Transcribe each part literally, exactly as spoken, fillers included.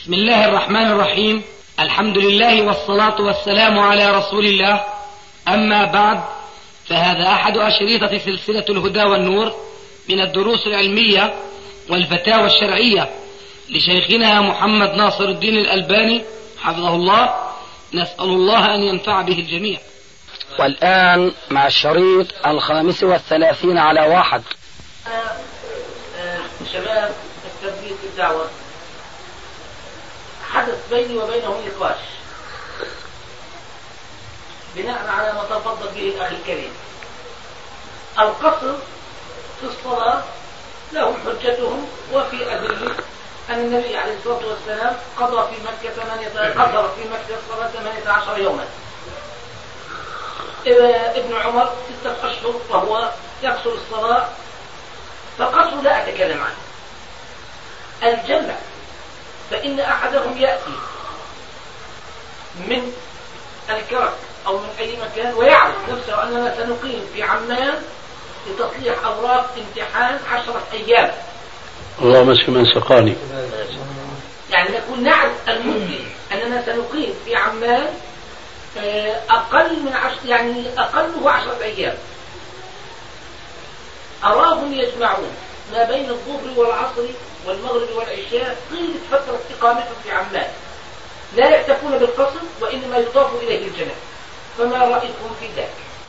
بسم الله الرحمن الرحيم. الحمد لله والصلاة والسلام على رسول الله. أما بعد، فهذا أحد أشريطة سلسلة الهدى والنور من الدروس العلمية والفتاوى الشرعية لشيخنا محمد ناصر الدين الألباني حفظه الله. نسأل الله أن ينفع به الجميع. والآن مع الشريط الخامس والثلاثين على واحد. شباب التربية الدعوة، حدث بيني وبينهم نقاش بناء على ما تفضل به الأخ الكريم. القصر في الصلاة لهم حجتهم وفي أدلة أن النبي عليه الصلاة والسلام قضى في مكة ثمانية قصر في مكة الصلاة ثمانية عشر يوما. ابن عمر ستة أشهر وهو يقصر الصلاة، فقصر لا أتكلم عنه. الجمع، فإن أحدهم يأتي من الكرك أو من أي مكان ويعرف نفسه أننا سنقيم في عمان لتصليح أوراق امتحان عشرة أيام. الله مسك من سقاني. يعني نكون نعرف المدة أننا سنقيم في عمان أقل من عشر، يعني أقله عشرة أيام. أراهم يجمعون ما بين الظهر والعصر والمغرب والعشاء طيلة فترة إقامتهم في عمان، لا يكتفون بالقصر وإنما يضاف إليه الجمع. فما رأيكم في ذلك؟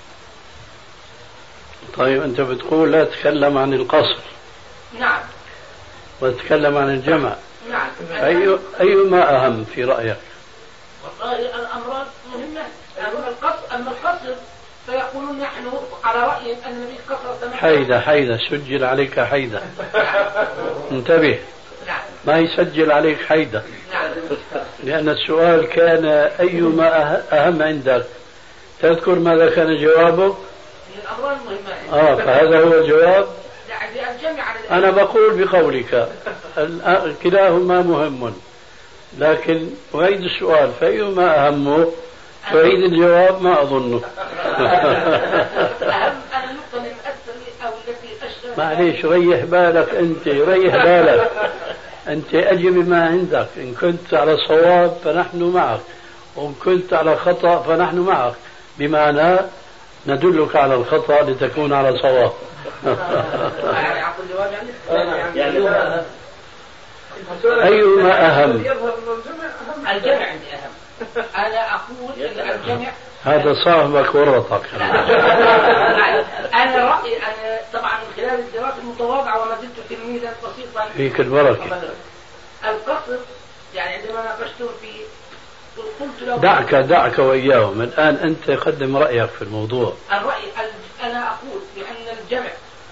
طيب أنت بتقول لا تتكلم عن القصر. نعم. وتتكلم عن الجمع. نعم. أي أيما أهم في رأيك؟ والله الأمران مهمة. أما القصر أما القصر فيقولون نحن على رأي أن النبي قصر ثمانية. حيدة حيدة سجل عليك حيدة. انتبه. نعم. ما يسجل عليك حيدة. نعم. لأن السؤال كان أيما أهم عندك. تذكر ماذا كان جوابه؟ الأمران مهمة. آه فهذا هو الجواب. أنا أنا بقول بقولك كلاهما مهم، لكن أعيد السؤال فأيما أهمه تعيد الجواب ما أظنه. معليش ريح بالك أنت ريح بالك أنت أجب ما عندك. إن كنت على صواب فنحن معك، وإن كنت على خطأ فنحن معك، بمعنى ندلك على الخطأ لتكون على صواب. أيهما أهم؟ الجمع عندي أهم. أنا أقول الجمع. هذا صاحبك ورطك. أنا رأيي أنا طبعا من خلال الدراسة المتواضعة وما زلت تلميذا بسيطا فيك البركة. القصر يعني عندما ناقشته في قلت له دعك دعك وإياهم. الآن أنت قدم رأيك في الموضوع. الرأي أنا أقول بأن الجمع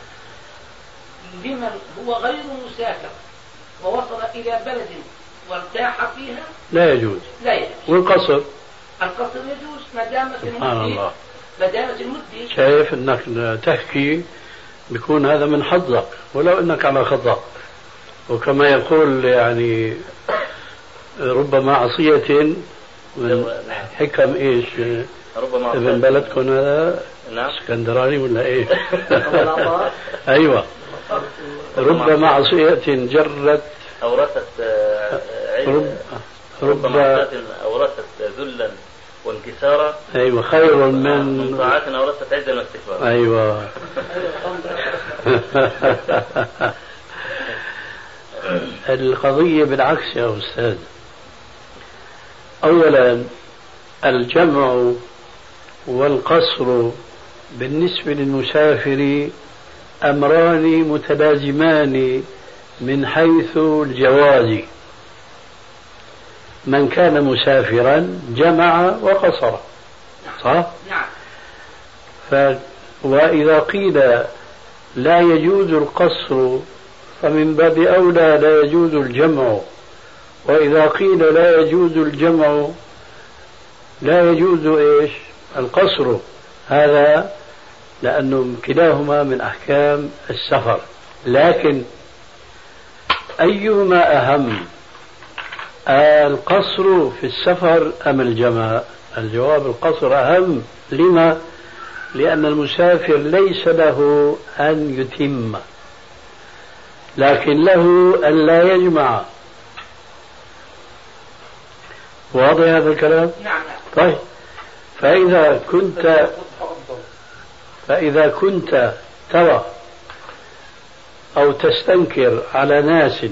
لمن هو غير مسافر ووصل إلى بلد وارتاح فيها لا يجوز. لا يجوز. والقصر؟ القصر يجوز ما دامت سبحان المدة الله. ما دامت المدة. شايف أنك تحكي بيكون هذا من حظك ولو أنك على خطأ. وكما يقول يعني ربما عصية من حكم إيش ربما ابن بلدكم هذا. نعم. اسكندراني ولا إيه؟ أيوة. ربما عصية جرت أورثت رب ربما أورثت ذلا وانكسارا. أيوة خير من من طاعات أورثت عزا واستكبارا. أيوة. القضية بالعكس يا أستاذ. أولا الجمع والقصر بالنسبة للمسافر أمران متلازمان من حيث الجواز. من كان مسافرا جمع وقصر، صح؟ نعم. ف... وإذا قيل لا يجوز القصر فمن باب أولى لا يجوز الجمع، وإذا قيل لا يجوز الجمع لا يجوز إيش؟ القصر. هذا لأنه كلاهما من أحكام السفر. لكن أيهما أهم، القصر في السفر أم الجمع؟ الجواب القصر أهم. لما؟ لأن المسافر ليس له أن يتم، لكن له أن لا يجمع. واضح هذا الكلام؟ نعم. طيب، فإذا كنت فإذا كنت ترى أو تستنكر على ناس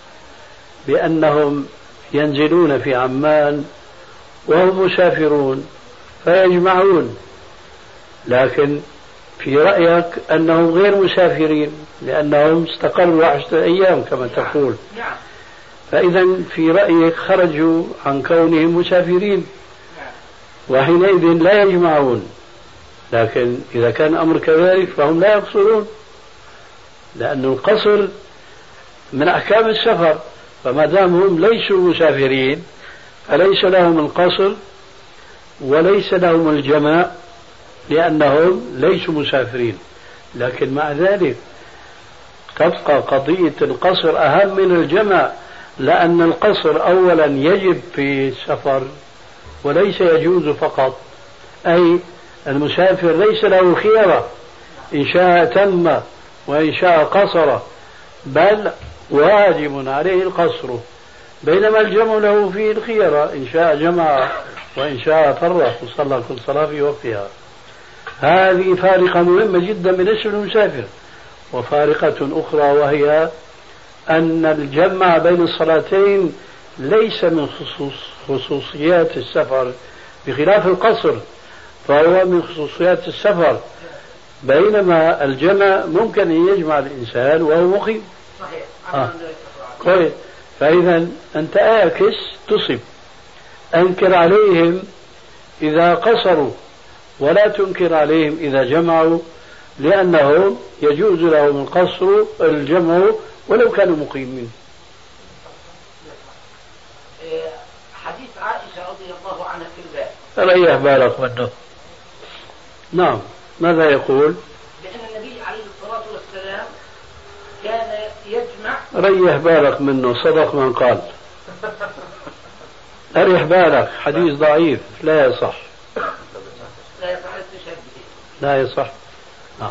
بأنهم ينزلون في عمان وهم مسافرون فيجمعون، لكن في رأيك أنهم غير مسافرين لأنهم استقروا عشرة أيام كما تقول، فإذا في رأيك خرجوا عن كونهم مسافرين وحينئذ لا يجمعون. لكن إذا كان الأمر كذلك فهم لا يقصرون، لأن القصر من أحكام السفر، فما دام هم ليسوا مسافرين فليس لهم القصر وليس لهم الجماع لأنهم ليسوا مسافرين. لكن مع ذلك تبقى قضية القصر أهم من الجمع، لأن القصر أولا يجب في السفر وليس يجوز فقط، أي المسافر ليس له خيرة، إن شاء تم وإن شاء قصر، بل واجب عليه القصر، بينما الجمع له فيه الخيرة، إن شاء جمع وإن شاء فرق وصلى كل صلاة في وقتها. هذه فارقة مهمة جدا بالنسبة للمسافر. وفارقة أخرى وهي أن الجمع بين الصلاتين ليس من خصوص خصوصيات السفر بخلاف القصر، فهو من خصوصيات السفر، بينما الجمع ممكن أن يجمع الإنسان وهو مقيم. صحيح. آه. كويس. فإذا أنت آكس تصب، أنكر عليهم إذا قصروا ولا تنكر عليهم إذا جمعوا، لأنهم يجوز لهم القصر الجمع ولو كانوا مقيمين. حديث عائشة رضي الله عنها في الباب ريح بالك منه. نعم، ماذا يقول؟ بأن النبي عليه الصلاة والسلام كان يجمع. ريح بالك منه، صدق من قال. أريح بالك، حديث ضعيف لا يصح. لا يصح الاستشهاد به. لا يصح. آه.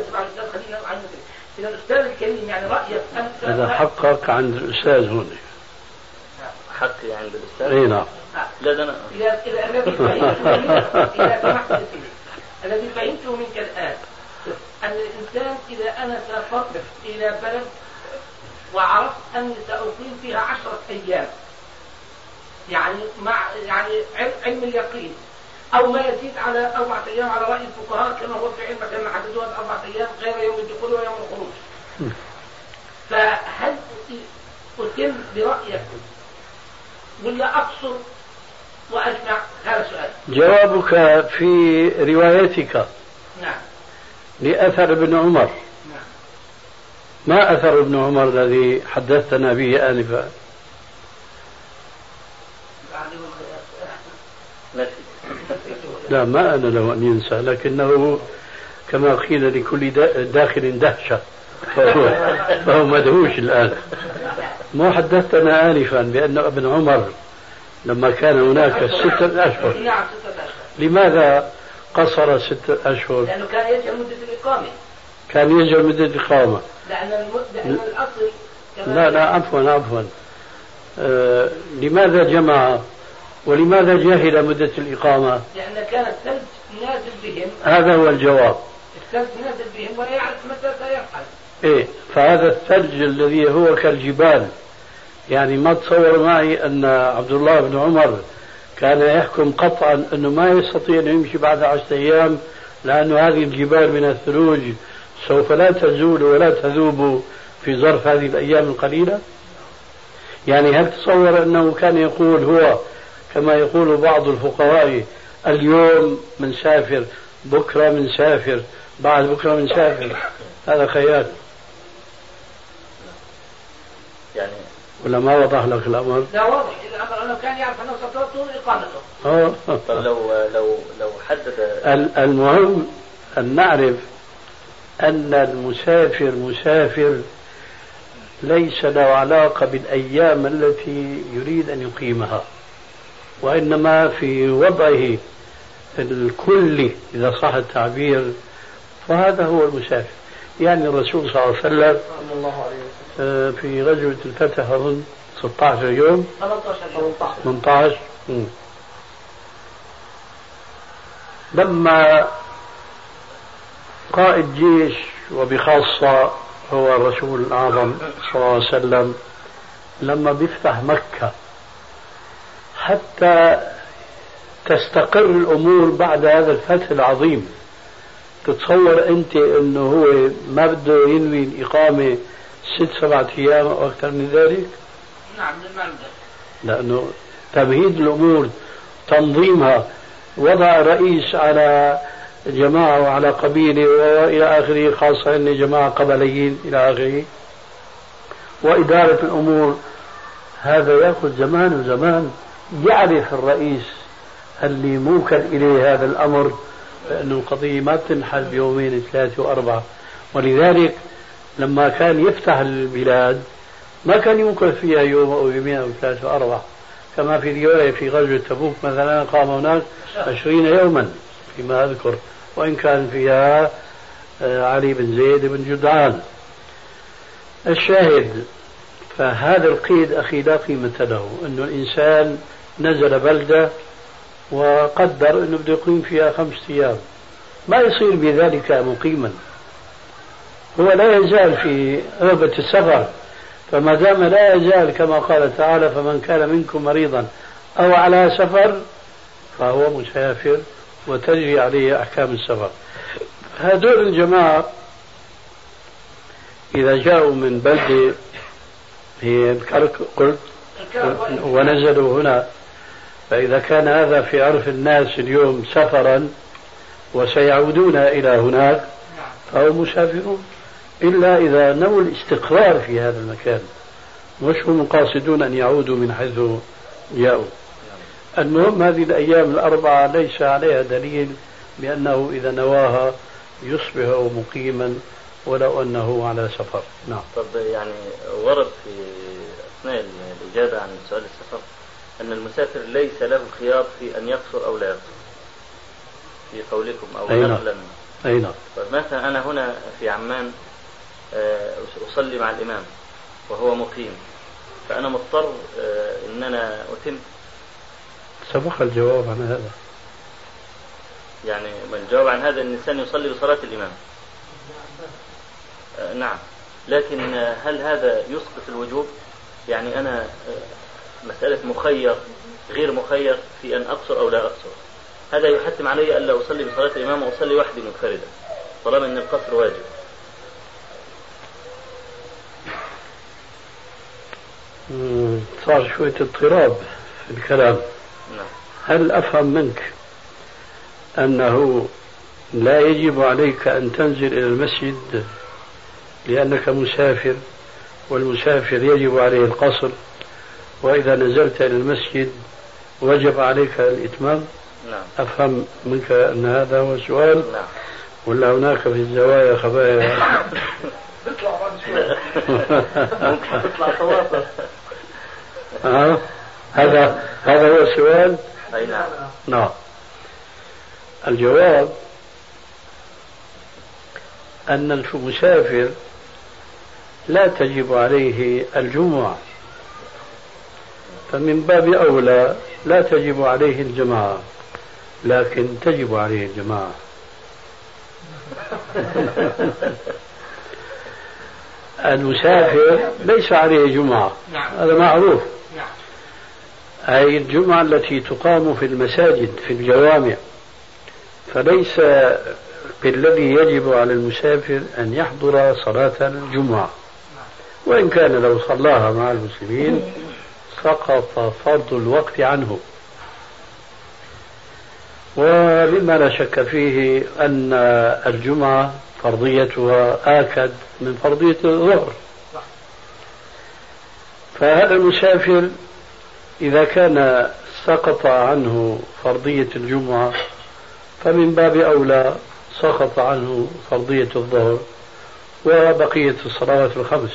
إذا الأستاذ الكريم يعني رأيك أنت هذا حقك عند الأستاذ هنا. حقي عند الأستاذ؟ اي نعم. لا ده أنا إذا إذا الذي فهمته إذا سمحت الذي فهمته منك الآن أن الإنسان إذا أنا سافرت إلى بلد وعرفت أني سأقيم فيها عشرة أيام، يعني مع يعني علم اليقين أو ما يزيد على أربعة أيام على رأي الفقهاء كما هو في علمك أن حددوها أربعة أيام غير يوم الدخول ويوم الخروج. فهل أتم برأيك ولا أقصر وأجمع؟ هذا سؤال. جوابك في روايتك. نعم. لأثر ابن عمر. نعم. ما أثر ابن عمر الذي حدثنا به آنفا؟ لا، ما أنا له أن ينسى، لكنه كما قيل لكل داخل دهشة، فهو, فهو مدهوش الآن. ما حدثنا آنفا بأن ابن عمر لما كان هناك ستة أشهر. نعم ستة أشهر. لماذا قصر ستة أشهر؟ لأنه كان يجعل مدة الإقامة. كان يجعل مدة الإقامة. لأن المدة الأصل. لا لا عفوا عفوا. آه لماذا جمع ولماذا جاهل مدة الإقامة؟ لأن كان الثلج نازل بهم. هذا هو الجواب. الثلج نازل بهم ولا يعرف متى سيرحل. إيه، فهذا الثلج الذي هو كالجبال، يعني ما تصور معي أن عبد الله بن عمر كان يحكم قطعا أنه ما يستطيع أن يمشي بعد عشرة أيام، لأن هذه الجبال من الثلوج سوف لا تزول ولا تذوب في ظرف هذه الأيام القليلة. يعني هل تصور أنه كان يقول هو كما يقول بعض الفقهاء اليوم منسافر، بكرة منسافر، بعد بكرة منسافر؟ هذا خيال. يعني ولا ما وضح لك الأمر؟ لا واضح الأمر أنه كان يعرف أنه ستطول إقامته. آه. طب لو لو لو حدد. المهم أن نعرف أن المسافر مسافر ليس له علاقة بالأيام التي يريد أن يقيمها، وإنما في وضعه الكلي إذا صح التعبير، فهذا هو المسافر. يعني الرسول صلى الله عليه وسلم في غزوة الفتح أظن ستة عشر يوم، ثمانية عشر م. لما قائد جيش وبخاصة هو الرسول الأعظم صلى الله عليه وسلم لما بيفتح مكة حتى تستقر الأمور بعد هذا الفتح العظيم، تتصور أنت أنه هو ما بده ينوي الإقامة ست سبعة أيام أو أكثر من ذلك؟ نعم لما لأنه تمهيد الأمور تنظيمها، وضع رئيس على جماعة وعلى قبيلة وإلى آخره، خاصة أن جماعة قبليين إلى آخره، وإدارة الأمور، هذا يأخذ زمان وزمان. يعرف الرئيس اللي موكل إليه هذا الأمر لأنه القضية ما بتنحل بيومين ثلاثة وأربعة، ولذلك لما كان يفتح البلاد ما كان يمكن فيها يوم أو يومين أو ثلاثة وأربعة، كما في رواية في غزوة تبوك مثلا قام هناك عشرين يوما فيما أذكر، وإن كان فيها علي بن زيد بن جدعان. الشاهد، فهذا القيد أخي لا قيمة له، أنه الإنسان نزل بلدة وقدر أنه بده يقيم فيها خمسة أيام، ما يصير بذلك مقيما، هو لا يزال في رغبة السفر، فما دام لا يزال كما قال تعالى فمن كان منكم مريضا أو على سفر فهو مسافر وتجري عليه أحكام السفر. هذول الجماعة إذا جاءوا من بلدة هي الكرك قلت ونزلوا هنا، فإذا كان هذا في عرف الناس اليوم سفرا وسيعودون إلى هناك فهم مسافرون، إلا إذا نووا الاستقرار في هذا المكان، مش هم قاصدون أن يعودوا من حيث جاءوا. المهم هذه الأيام الأربعة ليس عليها دليل بأنه إذا نواها يصبح مقيما ولو أنه على سفر. نعم. طب يعني ورد في أثناء الإجابة عن سؤال السفر أن المسافر ليس له خيار في أن يقصر أو لا يقصر في قولكم أو نقلا. أي نعم. طيب مثلا أنا هنا في عمان أصلي مع الإمام وهو مقيم، فأنا مضطر أن أنا أتم. سبق الجواب عن هذا. يعني الجواب عن هذا أن الإنسان يصلي بصلاة الإمام. نعم، لكن هل هذا يسقط الوجوب؟ يعني أنا مسألة مخير غير مخير في أن أقصر أو لا أقصر، هذا يحتم علي ألا أصلي بصلاة الإمام وأصلي وحدي منفردا طالما أن القصر واجب. صار شوية اضطراب في الكلام. نعم. هل أفهم منك أنه لا يجب عليك أن تنزل إلى المسجد لأنك مسافر، والمسافر يجب عليه القصر، وإذا نزلت إلى المسجد وجب عليك الإتمام؟ نعم. أفهم منك أن هذا هو السؤال؟ نعم. ولا هناك في الزوايا خبايا؟ ممكن تطلع تواصل. آه. هذا هذا هو السؤال؟ أي نعم. نعم. الجواب أن المسافر لا تجب عليه الجمعة، فمن باب أولى لا تجب عليه الجماعة، لكن تجب عليه الجماعة. المسافر ليس عليه جمعة، هذا معروف. أي الجمعة التي تقام في المساجد في الجوامع، فليس بالذي يجب على المسافر أن يحضر صلاة الجمعة، وإن كان لو صلاها مع المسلمين سقط فرض الوقت عنه. ومما لا شك فيه أن الجمعة فرضيتها آكد من فرضية الظهر، فهذا المسافر إذا كان سقط عنه فرضية الجمعة فمن باب أولى سقط عنه فرضية الظهر وبقية الصلوات الخمس،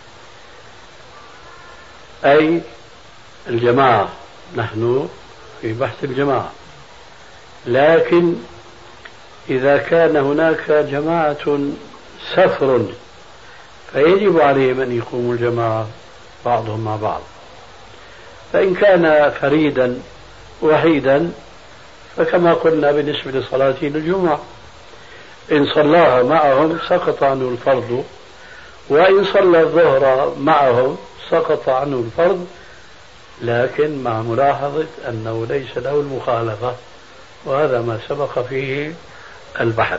أي الجماعة. نحن في بحث الجماعة، لكن إذا كان هناك جماعة سفر فيجب عليهم أن يقوموا الجماعة بعضهم مع بعض. فإن كان فريدا وحيدا فكما قلنا بالنسبة لصلاتين الجمعة، إن صلاها معهم سقط عنه الفرض، وإن صلى الظهر معهم سقط عنه الفرض، لكن مع ملاحظة أنه ليس له المخالفة، وهذا ما سبق فيه البحث.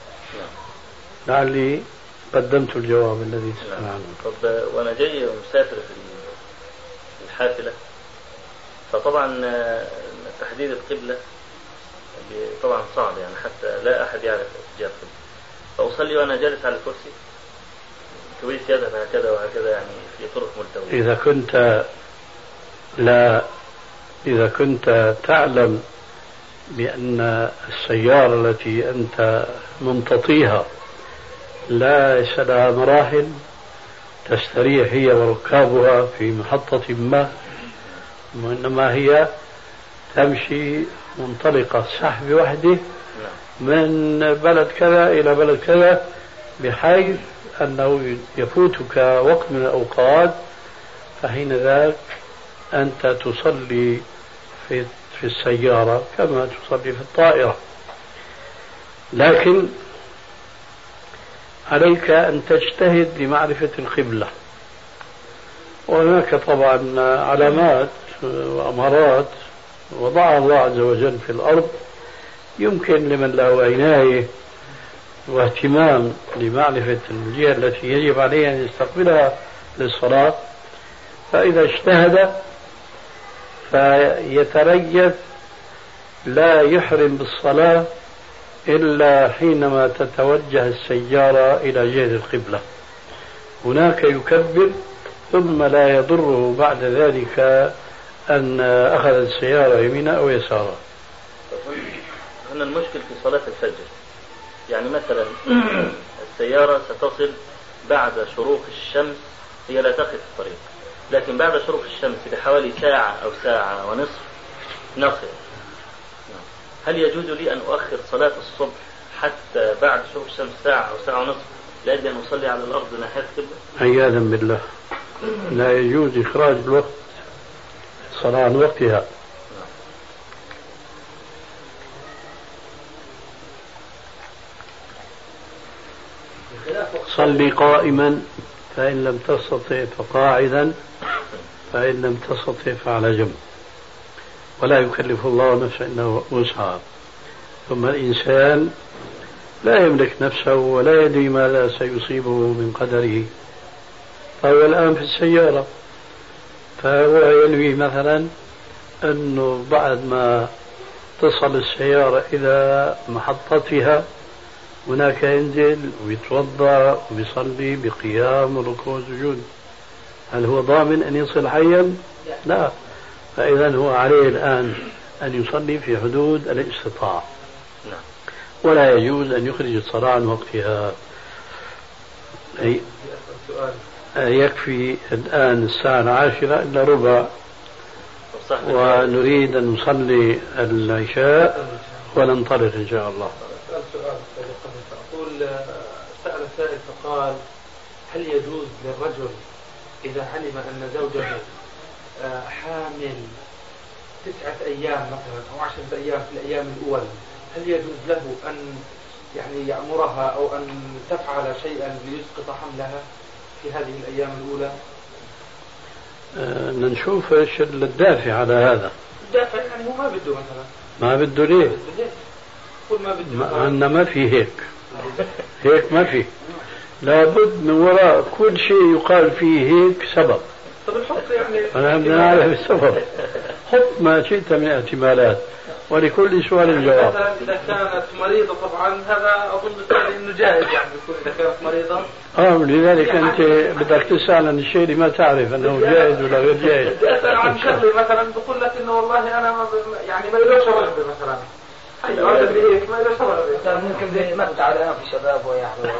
لعلي قدمت الجواب الذي تسأل عنه. طب وأنا جاي مسافر في الحافلة، فطبعا تحديد القبلة طبعا صعب، يعني حتى لا أحد يعرف اتجاه القبلة، فأصلي وأنا جالس على الكرسي كويس يذهب هكذا وهكذا، يعني في طرق ملتوية. إذا كنت لا إذا كنت تعلم بأن السيارة التي أنت ممتطيها ليس لها مراحل تستريح هي وركابها في محطة ما، وإنما هي تمشي منطلقة سحب وحده من بلد كذا إلى بلد كذا، بحيث أنه يفوتك وقت من الأوقات، فحين ذاك أنت تصلي في في السيارة كما تصلي في الطائرة. لكن عليك أن تجتهد لمعرفة القبلة، وهناك طبعا علامات وأمارات وضعها الله عز وجل في الأرض يمكن لمن له عناية واهتمام لمعرفة الجهة التي يجب عليه أن يستقبلها للصلاة، فإذا اجتهد فيتريث لا يحرم بالصلاة إلا حينما تتوجه السيارة إلى جهة القبلة، هناك يكبر، ثم لا يضره بعد ذلك أن أخذ السيارة يمينا أو يسارا. هنا المشكل في صلاة الفجر، يعني مثلا السيارة ستصل بعد شروق الشمس، هي لا تقف في الطريق، لكن بعد شروق الشمس بحوالي ساعة أو ساعة ونصف نصل. هل يجوز لي أن أؤخر صلاة الصبح حتى بعد شروق الشمس ساعة أو ساعة ونصف لأجل أن أصلي على الأرض ناحية القبلة؟ عياذا بالله، لا يجوز إخراج الوقت صلاة عن وقتها. صلي قائما فإن لم تستطع فقاعدا، فإن لم تستطع فعلى جنب، ولا يكلف الله نفسا إلا وسعها. ثم الإنسان لا يملك نفسه ولا يدري ماذا سيصيبه من قدره، فهو الآن في السيارة، فهو ينوي مثلا أنه بعد ما تصل السيارة إلى محطتها هناك ينزل ويتوضأ ويصلي بقيام وركوع وسجود. هل هو ضامن أن يصل حيا؟ لا. فإذا هو عليه الآن أن يصلي في حدود الاستطاعة، ولا يجوز أن يخرج الصلاة عن وقتها. أي يكفي الآن الساعة العاشرة إلا ربع، ونريد أن نصلي العشاء وننطلق إن شاء الله. أقول سأل سائل فقال: هل يجوز للرجل إذا علم أن زوجته حامل تسعة أيام مثلا أو عشرة أيام في الأيام الأول، هل يجوز له أن يعني يأمرها أو أن تفعل شيئا ليسقط حملها في هذه الأيام الأولى؟ أه نشوف ايش الدافع على هذا. الدافع يعني هو ما بده مثلا. ما بده ليه؟ قل ما بده. ما عندنا ما في هيك. هيك ما في. لابد من وراء كل شيء يقال فيه هيك سبب. طب الحق يعني. أنا بدنا نعرف السبب. حط ما شئت من احتمالات، ولكل سؤال جواب. مثلا إذا كانت مريضة طبعا هذا أظن بالتالي إنه جائز، يعني يكون إذا كانت مريضة. آه لذلك أنت بدك تسأل عن الشيء اللي ما تعرف أنه جائز ولا غير جائز. بدي أسأل عن شغلة مثلا بقول لك إنه والله أنا ما يعني ما يلوش رغبة مثلا. أيوة هذا اللي هيك ما يلوش رغبة. ممكن زي ما تعالى في شباب ويعني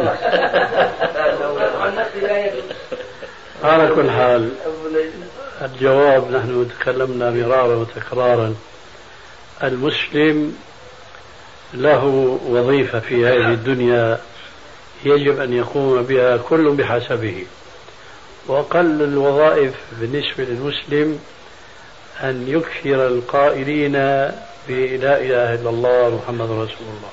على كل حال الجواب نحن تكلمنا مرارا وتكرارا. المسلم له وظيفة في هذه الدنيا يجب أن يقوم بها كل بحسبه، وأقل الوظائف بالنسبة للمسلم أن يكثر القائلين بلا إله إلا الله محمد رسول الله.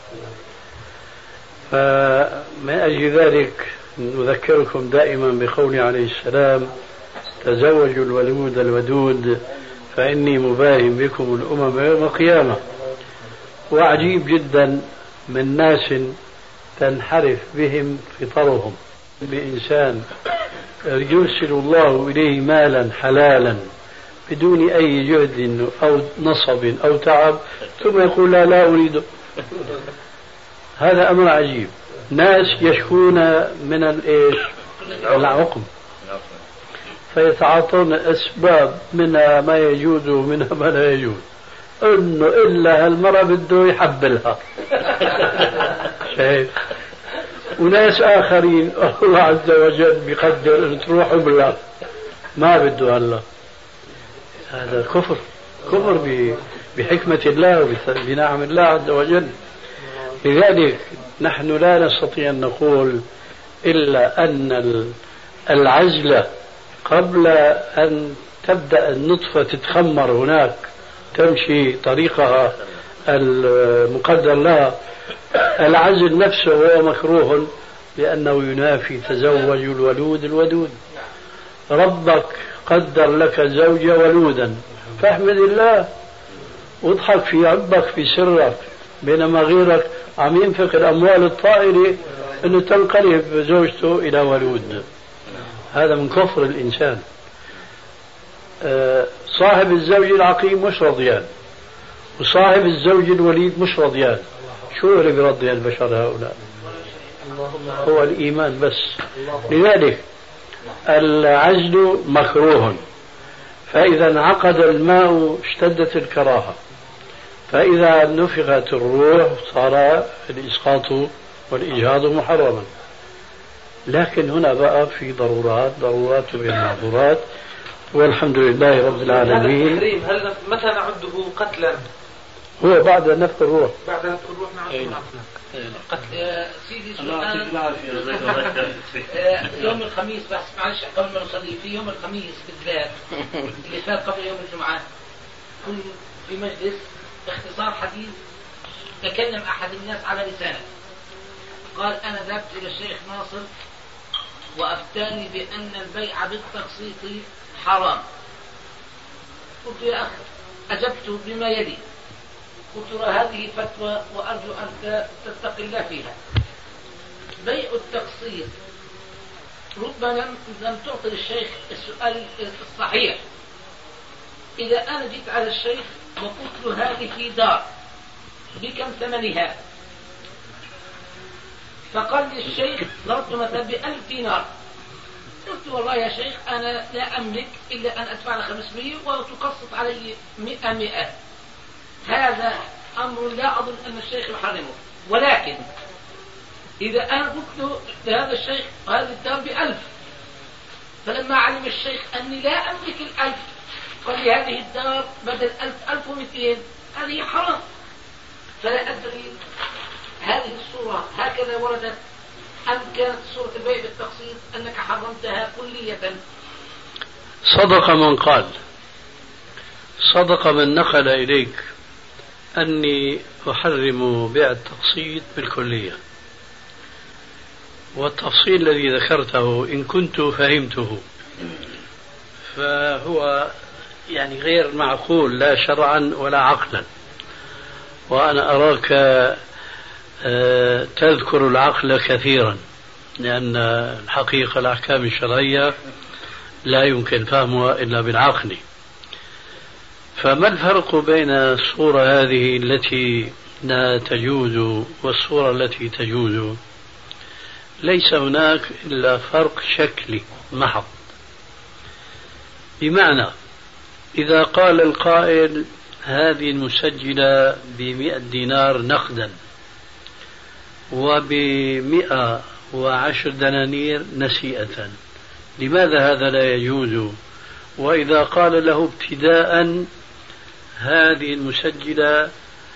فمن أجل ذلك نذكركم دائما بقول عليه السلام: تزوجوا الولود الودود فإني مباهم بكم الأمم يوم القيامة. وعجيب جدا من ناس تنحرف بهم فطرهم بإنسان يرسل الله إليه مالا حلالا بدون أي جهد أو نصب أو تعب، ثم يقول لا لا أريده. هذا أمر عجيب. ناس يشكون من الإيش؟ العقم، فيتعاطون أسباب منها ما يجوز ومنها ما لا يجوز، إنه إلا هالمرة بده يحبلها. شايف؟ وناس آخرين الله عز وجل بيقدر أن تروحوا بالله ما بده الله. هذا كفر، كفر بحكمة الله وبنعم الله عز وجل. لذلك نحن لا نستطيع أن نقول إلا أن العزل قبل أن تبدأ النطفة تتخمر هناك تمشي طريقها المقدر لها، العزل نفسه هو مكروه لأنه ينافي تزوج الولود الودود. ربك قدر لك زوجة ولودا فاحمد الله واضحك في ربك في سرك، بينما غيرك عم ينفق الأموال الطائلة أنه تنقلب زوجته إلى ولود. هذا من كفر الإنسان. صاحب الزوج العقيم مش رضيان، وصاحب الزوج الوليد مش رضيان. شو اللي بيرضي البشر هؤلاء؟ هو الإيمان بس. لذلك العزل مكروه، فإذا انعقد الماء اشتدت الكراهة، فإذا نفخت الروح صار الإسقاط والإجهاض محرما. لكن هنا بقى في ضرورات، ضرورات بالمعذورات، والحمد لله رب العالمين. هل متى نعده قتلا؟ هو بعد نفخ الروح. بعد نفخ الروح نعده قتلا. سيدي سؤال يوم الخميس، بس معلش قبل ما نصلي، في يوم الخميس بالذات اللي فات قبل يوم الجمعة كنت في مجلس باختصار حديث تكلم أحد الناس على لسانه، قال أنا ذهبت إلى الشيخ ناصر وأفتاني بأن البيع بالتقسيط حرام. قلت يا أخي، أجبت بما يلي، قلت هذه فتوى وأرجو أن تتقي الله فيها. بيع التقسيط ربما لم تعطي الشيخ السؤال الصحيح. إذا أنا جيت على الشيخ وقلت له هذه دار بكم ثمنها، فقال لي الشيخ ضربت مثلا بألف دينار، قلت والله يا شيخ أنا لا أملك إلا أن أدفع خمسمائة وتقسط علي مئة مئة. هذا أمر لا أظن أن الشيخ يحرمه، ولكن إذا أنا قلت له لهذا الشيخ هذه الدار بألف، فلما علم الشيخ أني لا أملك الألف قال لي هذه الدار بدل ألف ألف ومئتين، هذه حرام. فلا أدري هذه الصورة هكذا وردت أم كانت صورة البيع بالتقسيط أنك حرمتها كلية؟ صدق من قال، صدق من نقل إليك أني أحرم بيع التقسيط بالكلية، والتفصيل الذي ذكرته إن كنت فهمته فهو يعني غير معقول لا شرعا ولا عقلا، وأنا أراك تذكر العقل كثيرا، لأن الحقيقة الأحكام الشرعية لا يمكن فهمها إلا بالعقل. فما الفرق بين الصورة هذه التي لا تجوز والصورة التي تجوز؟ ليس هناك إلا فرق شكلي محض، بمعنى إذا قال القائل هذه المسجلة بمئة دينار نقدا وبمئة وعشر دنانير نسيئة، لماذا هذا لا يجوز؟ وإذا قال له ابتداء هذه المسجلة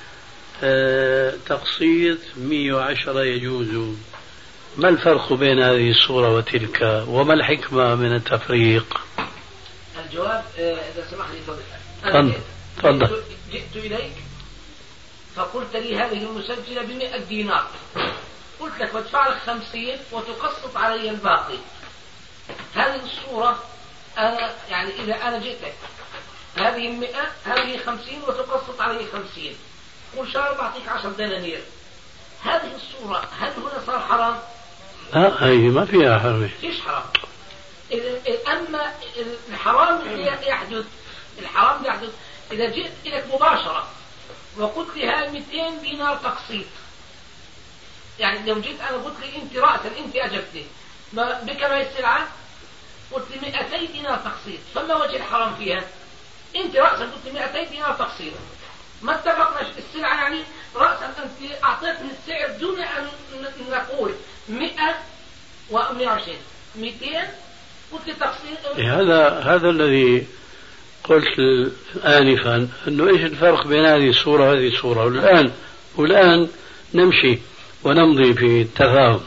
تقسيط مئة وعشرة يجوز، ما الفرق بين هذه الصورة وتلك، وما الحكمة من التفريق؟ الجواب إذا سمح لي تفضل تفضل. جئت إليك فقلت لي هذه المسجلة بمئة دينار، قلت لك بدفع لك خمسين وتقسط علي الباقي. هذه الصورة أنا يعني إذا أنا جئتك هذه المئة هذه خمسين وتقسط علي خمسين وشهر بعطيك عشر دنانير، هذه الصورة هل هنا صار حرام؟ لا هي ما فيها حرام. فيش حرام. أما الحرام اللي يحدث الحرام اللي يحدث إذا جئت إليك مباشرة وقلت لي هاي مئتين دينار تقسيط، يعني لو جيت أنا قلت لي أنت رأسا أنت أجبتني بكم هي السلعة؟ قلت لي مئتين دينار تقسيط، فما وجه الحرام فيها؟ أنت رأسا قلت لي مئتين دينار تقسيط، ما اتفقنا السلعة، يعني رأسا أنت أعطيتني السعر دون أن نقول مئة ومئة وعشرين مئتين، قلت لي تقسيط. هذا هذا الذي قلت آنفا أنه إيش الفرق بين هذه الصورة وهذه الصورة. والآن والآن نمشي ونمضي في التفاهم.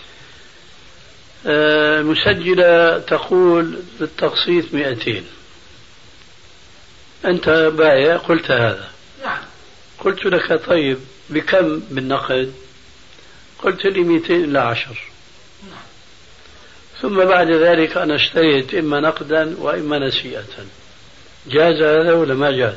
المسجلة تقول بالتقسيط مئتين، أنت بايع قلت هذا. نعم. قلت لك طيب بكم بالنقد؟ قلت لي مئتين إلا عشر. نعم. ثم بعد ذلك أنا اشتريت إما نقدا وإما نسيئة، جاز هذا ولا ما جاز؟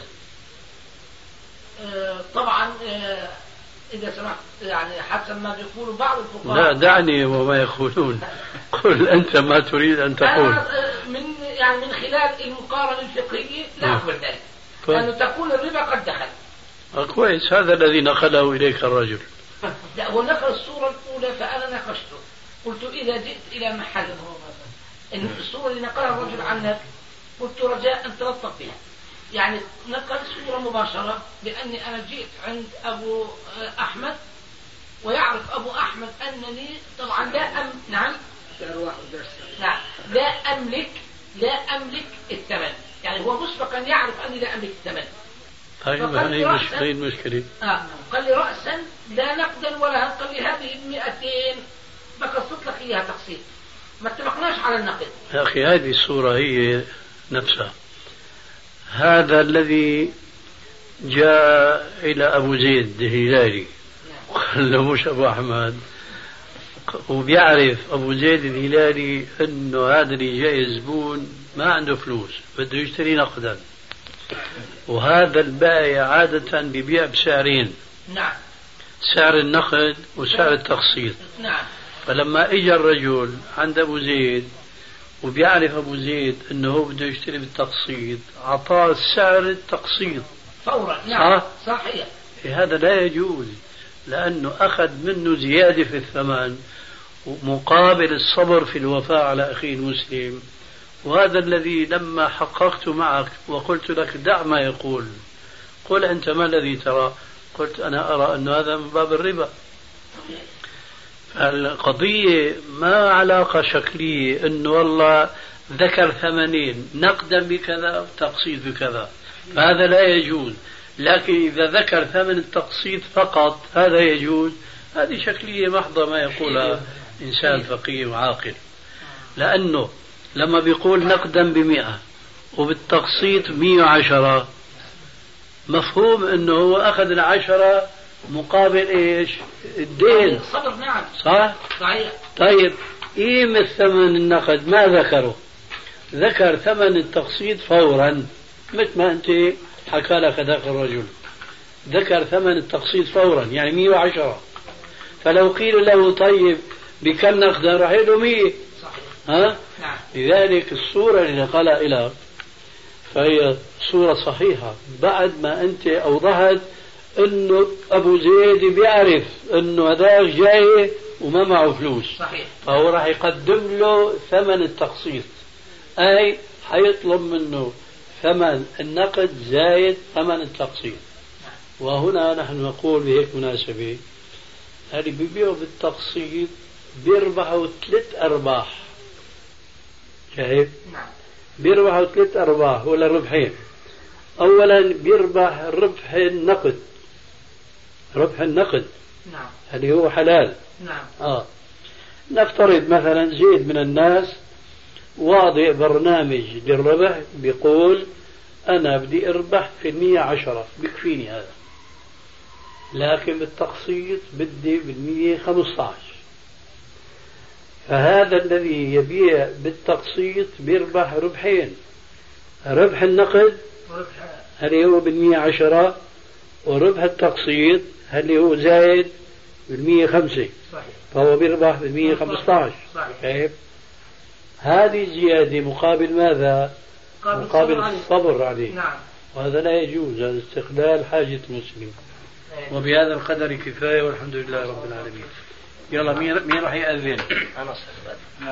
آه طبعا آه إذا سمحت يعني حسب ما يقول بعض الفقهاء. لا دعني وما يقولون، قل أنت ما تريد أن تقول. من يعني من خلال المقارنة الفقهية لا أقبل ذلك، لأنه تكون الربا قد دخل. كويس، هذا الذي نقله إليك الرجل. لا هو نقل الصورة الأولى فأنا ناقشته، قلت إذا جئت إلى محل إن الصورة اللي نقلها الرجل عنك قلت رجاء أن تلطف بها، يعني نقل صورة مباشرة بأني أنا جئت عند أبو أحمد ويعرف أبو أحمد أنني طبعا لا أم نعم نعم لا أملك لا أملك الثمن، يعني هو مسبقا يعرف أني لا أملك الثمن. طيب هذه المشكلة. آه قال لي رأسا لا نقدا ولا، قال لي هذه مئتين بقسط لك إياها تقسيط، ما اتفقناش على النقد. يا أخي هذه الصورة هي نفسها. هذا الذي جاء إلى أبو زيد الهلالي وقال له مش أبو أحمد، وبيعرف أبو زيد الهلالي أنه هذا اللي جاي زبون ما عنده فلوس بده يشتري نقدا، وهذا البائع عادة بيبيع بسعرين. نعم. سعر النقد وسعر التقسيط. نعم. فلما اجى الرجل عند ابو زيد وبيعرف ابو زيد انه هو بده يشتري بالتقسيط، اعطاه سعر التقسيط فورا. نعم. صح؟ صحيح. هذا لا يجوز، لانه اخذ منه زياده في الثمن مقابل الصبر في الوفاء على اخيه المسلم. وهذا الذي لما حققت معك وقلت لك دع ما يقول، قل انت ما الذي ترى؟ قلت انا ارى ان هذا من باب الربا. القضية ما علاقة شكلية انه والله ذكر ثمنين نقدا بكذا تقسيط بكذا، فهذا لا يجوز. لكن إذا ذكر ثمن التقسيط فقط هذا يجوز. هذه شكلية محضة ما يقولها إنسان فقيه وعاقل، لأنه لما بيقول نقدا بمئة وبالتقسيط مئة وعشرة، مفهوم أنه هو أخذ العشرة مقابل إيش؟ الدين. صدر. نعم. صح؟ صحيح. طيب قيمة ثمن النقد ما ذكره؟ ذكر ثمن التقسيط فورا، مثل ما أنت حكى لك ذاك الرجل، ذكر ثمن التقسيط فورا يعني مئة وعشرة. فلو قيل له طيب بكم نقدا راح يقول له مئة. ها؟ نعم. لذلك الصورة اللي نقلها إلى فهي صورة صحيحة بعد ما أنت أوضحت انه ابو زيد بيعرف انه هذا جاي وما معه فلوس. صحيح. فهو راح يقدم له ثمن التقسيط، اي حيطلب منه ثمن النقد زايد ثمن التقسيط. وهنا نحن نقول بهيك مناسبة اللي بيبيعوا بالتقسيط بيربحوا ثلاث ارباح. شايف؟ نعم. بيربحوا ثلاث ارباح ولا ربحين. اولا بيربح ربح النقد، ربح النقد. نعم. اللي هو حلال. نعم. آه. نفترض مثلا زيد من الناس واضع برنامج للربح بيقول أنا بدي أربح في المية عشرة بكفيني هذا، لكن بالتقسيط بدي بالمية خمسة عشر. فهذا الذي يبيع بالتقسيط بيربح ربحين، ربح النقد هل هو بالمية عشرة، وربح التقسيط هل هو زايد بالمية خمسة، فهو بيربح بالمية خمسة عشر. كيف؟ هذه زيادة مقابل ماذا؟ مقابل الصبر عليه. نعم. وهذا لا يجوز، هذا استقلال حاجة المسلم. وبهذا القدر كفاية، والحمد لله رب العالمين. يلا مين مين راح يأذن؟ أنا أستاذ. يلا.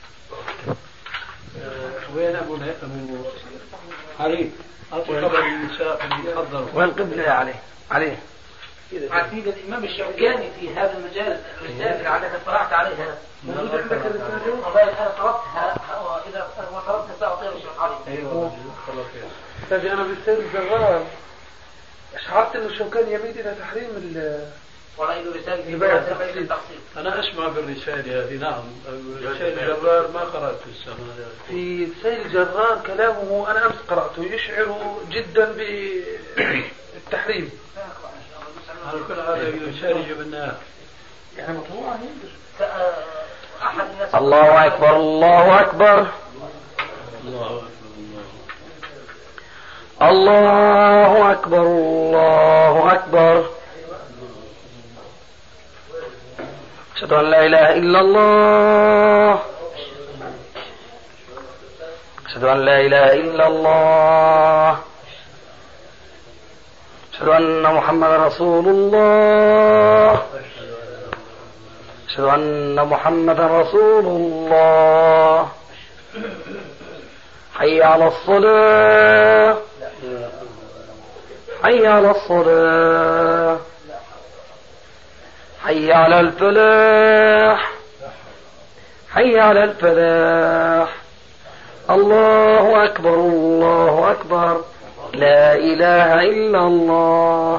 أه وين أبو أبو علي؟ أعطي خبر النساء اللي تفضل. وين القبلة يا علي؟ علي. عتيد الإمام الشوكاني في هذا المجال الرسالة التي اطلعت عليها موجود عندك الرسالة؟ والله أنا طلبتها، إذا ما طلبتها سأعطيها للشيخ علي. أيوه. طيب أنا بالسير الزغار شعرت إنه الشوكاني يميل إلى تحريم ال ولا له رسالة في بيع التقسيط. أنا أسمع بالرسالة هذه. نعم. رسالة الجرار ما قرأت السنة. في سيل الجرار كلامه أنا أمس قرأته يشعر جدا بالتحريم. على كل هذا رسالة جبناها. يعني مطلوعة أحد الناس. الله أكبر الله أكبر الله أكبر الله أكبر الله أكبر. أشهد أن لا إله إلا الله أشهد أن لا إله إلا الله أشهد أن محمدا رسول الله أشهد أن محمدا رسول الله. حي على الصلاة حي على الصلاة حي على الفلاح حي على الفلاح. الله أكبر الله أكبر لا إله إلا الله.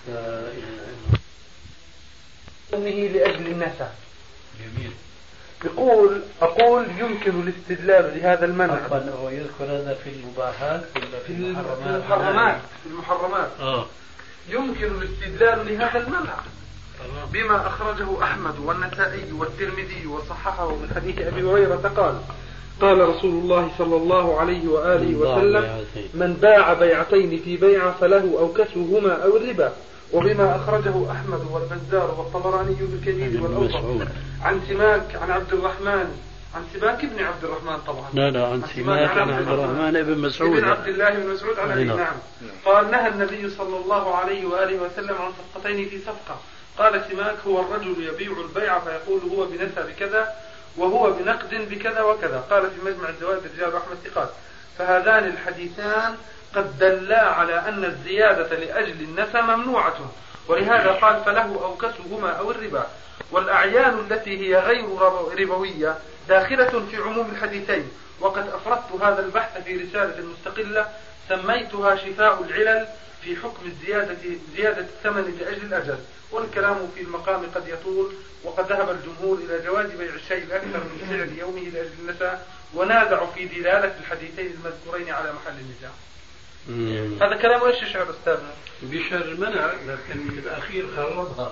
أمه لأجل النساء. جميل. يقول أقول يمكن الاستدلال لهذا المنع. هو يذكر هذا في المباحات ولا في المحرمات؟ في المحرمات. آه. يمكن الاستدلال لهذا المنع بما أخرجه أحمد والنسائي والترمذي وصححه من حديث أبي هريرة قال قال رسول الله صلى الله عليه وآله وسلم من باع بيعتين في بيعة فله أو كسوهما أو الربا. وبما أخرجه أحمد والبزار والطبراني في الكبير والأوسط عن سماك عن عبد الرحمن عن سماك ابن عبد الرحمن طبعا لا لا عن سماك عن عبد الرحمن ابن مسعود ابن عبد الله بن مسعود عن أبي. نعم. قال نهى النبي صلى الله عليه وآله وسلم عن صفقتين في صفقة. قال سماك هو الرجل يبيع البيع فيقول هو بنسى بكذا وهو بنقد بكذا وكذا. قال في مجمع الزوائد رجال أحمد ثقات. فهذان الحديثان قد دلا على أن الزيادة لأجل النسى ممنوعة، ولهذا قال فله أو كسوهما أو الربا. والأعيان التي هي غير ربوية داخلة في عموم الحديثين. وقد أفردت هذا البحث في رسالة مستقلة سميتها شفاء العلل في حكم الزيادة زيادة الثمن لأجل الأجل. والكلام في المقام قد يطول، وقد ذهب الجمهور إلى جواز بيع الشيء الأكثر من سعر يومه لأجل النساء، ونازعوا في دلالة الحديثين المذكورين على محل النزاع. هذا كلام ايش يشعر استاذنا؟ بشر المنع، لكن بالاخير خربها.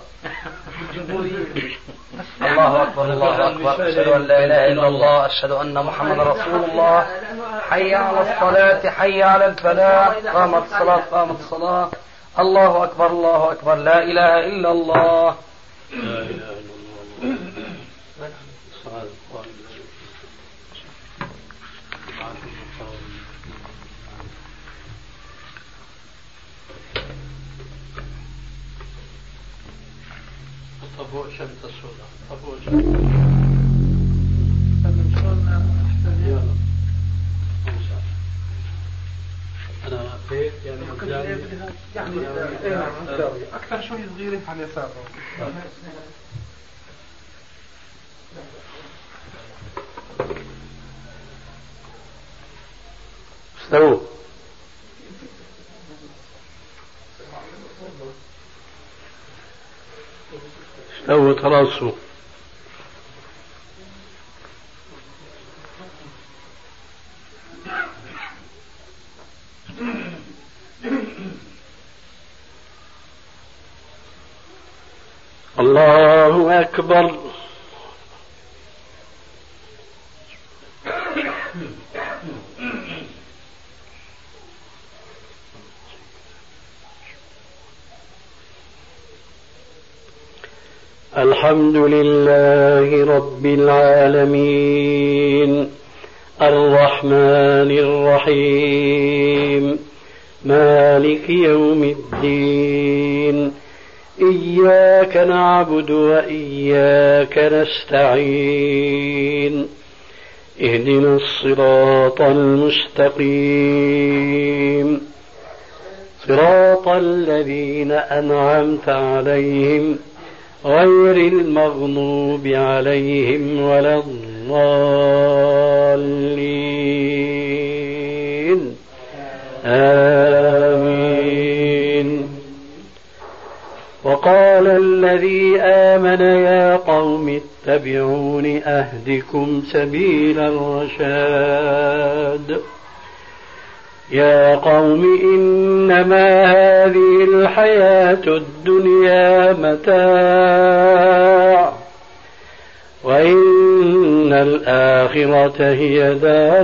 الله اكبر الله اكبر اشهد ان لا اله الا الله اشهد ان محمدا رسول الله. حي على الصلاة حي على الفلاح قامت الصلاة قامت الصلاة. الله اكبر الله اكبر لا اله الا الله. لا اله الا الله. طبوع شمس السوداء طبوع شمس أنا هيك يعني يعني أكثر شوي صغيرة على اليسار. استووا استوت خلاص. الله أكبر. الحمد لله رب العالمين الرحمن الرحيم مالك يوم الدين إياك نعبد وإياك نستعين اهدنا الصراط المستقيم صراط الذين أنعمت عليهم غير المغضوب عليهم ولا الضالين آمين. وقال الذي آمن يا قوم اتبعون أهدكم سبيل الرشاد يا قوم إنما هذه الحياة الدنيا متاع وإن الآخرة هي دار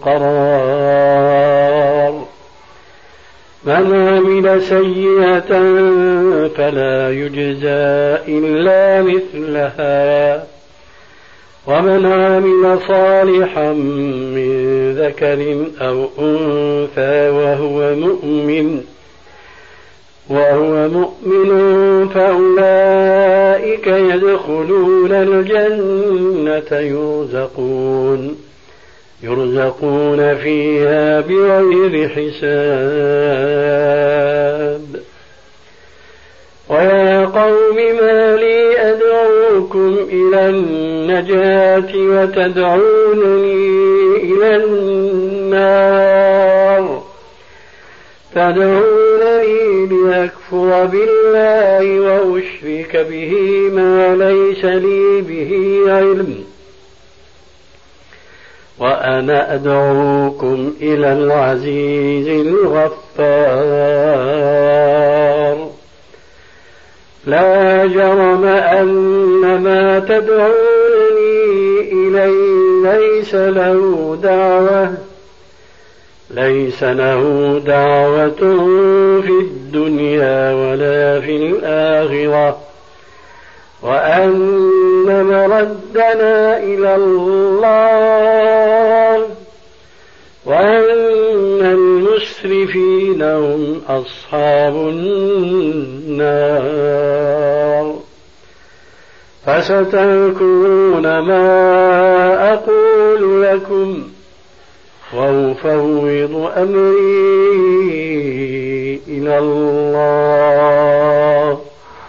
القرار من عمل سيئة فلا يجزى إلا مثلها ومن عمل صالحا من ذكر أو أنثى وهو مؤمن وهو مؤمن فأولئك يدخلون الجنة يرزقون يرزقون فيها بغير حساب. ويا قوم ما لي أدعوكم إلى النجاة وتدعونني إلى النار تدعونني لأكفر بالله وأشرك به ما ليس لي به علم وأنا أدعوكم إلى العزيز الغفار. لا جرم أن ما تدعونني إليه ليس له دعوة ليس له دعوة في الدنيا ولا في الآخرة وأن مردنا إلى الله وأن المسرفين هم أصحاب النار. فستذكرون ما أقول لكم وأفوض أمري إلى الله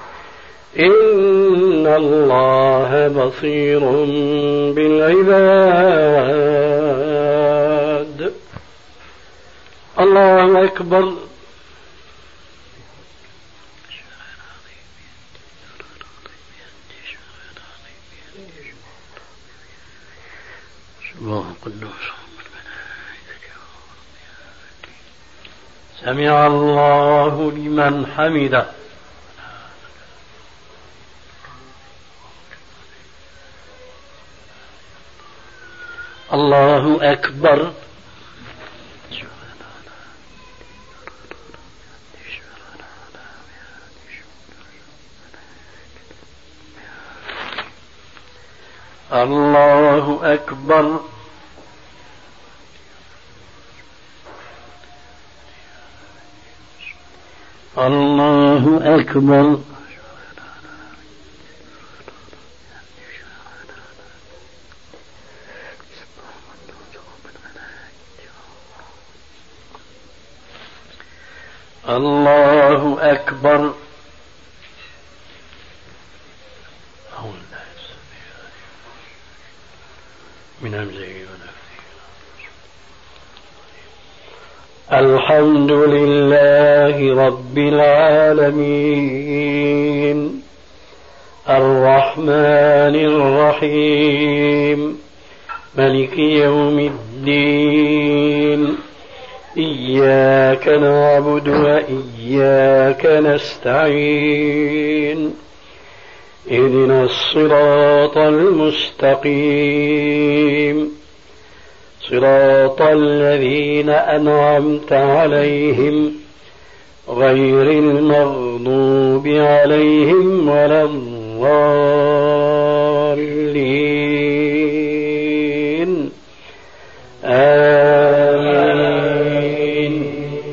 إن الله بصير بالعباد. الله أكبر. سمع الله لمن حمده. الله أكبر. الله أكبر. الله أكبر. الله أكبر. من همزه الحمد لله رب العالمين الرحمن الرحيم ملك يوم الدين إياك نعبد وإياك نستعين اهدنا الصراط المستقيم صراط الذين أنعمت عليهم غير المغضوب عليهم ولا الضالين آمين.